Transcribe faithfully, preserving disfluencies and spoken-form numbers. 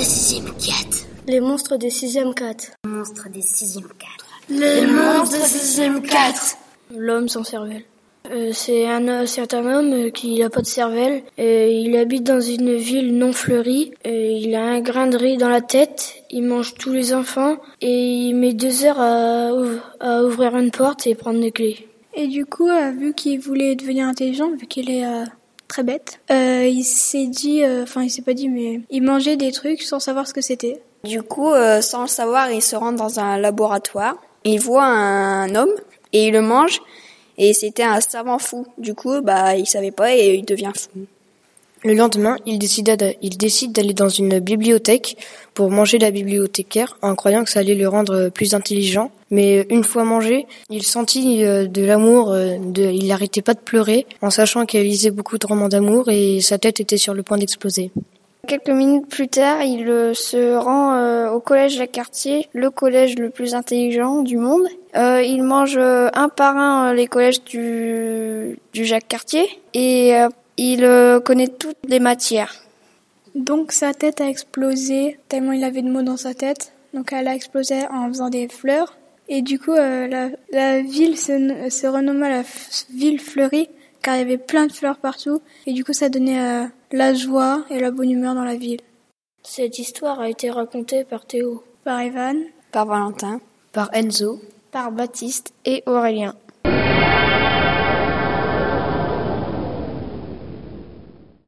des sixième quatre. Les monstres des sixième quatre. Les monstres des sixième quatre. Les monstres des sixième quatre. L'homme sans cervelle. Euh, c'est un, euh, c'est un homme euh, qui n'a pas de cervelle. Et il habite dans une ville non fleurie. Et il a un grain de riz dans la tête. Il mange tous les enfants. Et il met deux heures à, ouv- à ouvrir une porte et prendre les clés. Et du coup, euh, vu qu'il voulait devenir intelligent, vu qu'il est euh, très bête, euh, il s'est dit, enfin euh, il s'est pas dit, mais il mangeait des trucs sans savoir ce que c'était. Du coup, euh, sans le savoir, il se rend dans un laboratoire. Il voit un homme et il le mange. Et c'était un savant fou. Du coup, bah, il savait pas et il devient fou. Le lendemain, il décida de, il décide d'aller dans une bibliothèque pour manger la bibliothécaire en croyant que ça allait le rendre plus intelligent. Mais une fois mangé, il sentit de l'amour, de, il n'arrêtait pas de pleurer en sachant qu'il lisait beaucoup de romans d'amour et sa tête était sur le point d'exploser. Quelques minutes plus tard, il euh, se rend euh, au collège Jacques Cartier, le collège le plus intelligent du monde. Euh, il mange euh, un par un euh, les collèges du, du Jacques Cartier et euh, il euh, connaît toutes les matières. Donc sa tête a explosé tellement il avait de mots dans sa tête. Donc elle a explosé en faisant des fleurs. Et du coup, euh, la, la ville se, se renomma la f- ville fleurie car il y avait plein de fleurs partout. Et du coup, ça donnait euh, la joie et la bonne humeur dans la ville. Cette histoire a été racontée par Théo, Par Evan, Par Valentin, Par Enzo, Par Baptiste et Aurélien.